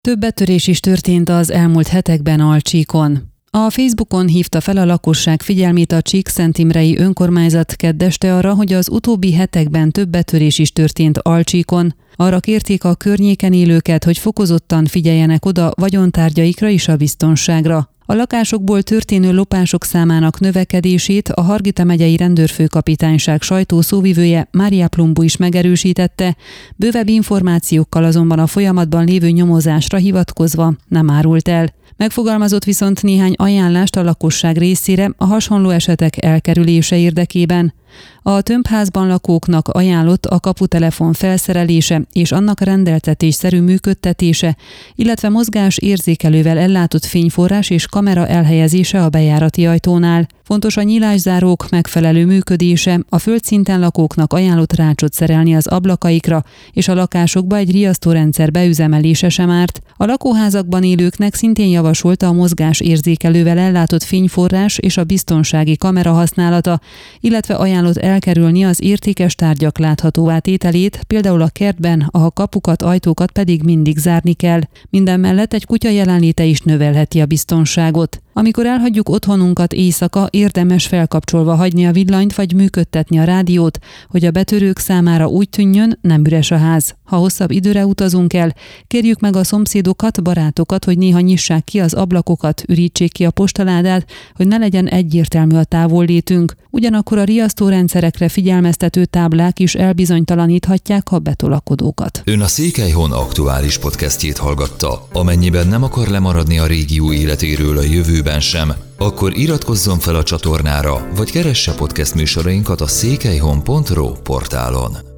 Több betörés is történt az elmúlt hetekben Alcsíkon. A Facebookon hívta fel a lakosság figyelmét a Csíkszentimrei önkormányzat kedd este arra, hogy az utóbbi hetekben több betörés is történt Alcsíkon. Arra kérték a környéken élőket, hogy fokozottan figyeljenek oda vagyontárgyaikra és a biztonságra. A lakásokból történő lopások számának növekedését a Hargita megyei rendőrfőkapitányság sajtószóvivője Mária Plumbu is megerősítette, bővebb információkkal azonban a folyamatban lévő nyomozásra hivatkozva nem árult el. Megfogalmazott viszont néhány ajánlást a lakosság részére a hasonló esetek elkerülése érdekében. A tömbházban lakóknak ajánlott a kaputelefon felszerelése és annak rendeltetésszerű működtetése, illetve mozgás érzékelővel ellátott fényforrás és kamera elhelyezése a bejárati ajtónál. Fontos a nyílászárók megfelelő működése, a földszinten lakóknak ajánlott rácsot szerelni az ablakaikra, és a lakásokba egy riasztórendszer beüzemelése sem árt. A lakóházakban élőknek szintén javasolta a mozgás érzékelővel ellátott fényforrás és a biztonsági kamera használata, illetve ajánlott elkerülni az értékes tárgyak láthatóvá tételét, például a kertben, a kapukat, ajtókat pedig mindig zárni kell. Minden mellett egy kutya jelenléte is növelheti a biztonságot. Amikor elhagyjuk otthonunkat éjszaka, érdemes felkapcsolva hagyni a villanyt vagy működtetni a rádiót, hogy a betörők számára úgy tűnjön, nem üres a ház. Ha hosszabb időre utazunk el, kérjük meg a szomszédokat, barátokat, hogy néha nyissák ki az ablakokat, ürítsék ki a postaládát, hogy ne legyen egyértelmű a távollétünk. Ugyanakkor a riasztórendszerekre figyelmeztető táblák is elbizonytalaníthatják a betolakodókat. Ön a Székelyhon aktuális podcastjét hallgatta. Amennyiben nem akar lemaradni a régió életéről a jövőben sem, akkor iratkozzon fel a csatornára, vagy keresse podcast műsorainkat a székelyhon.ro portálon.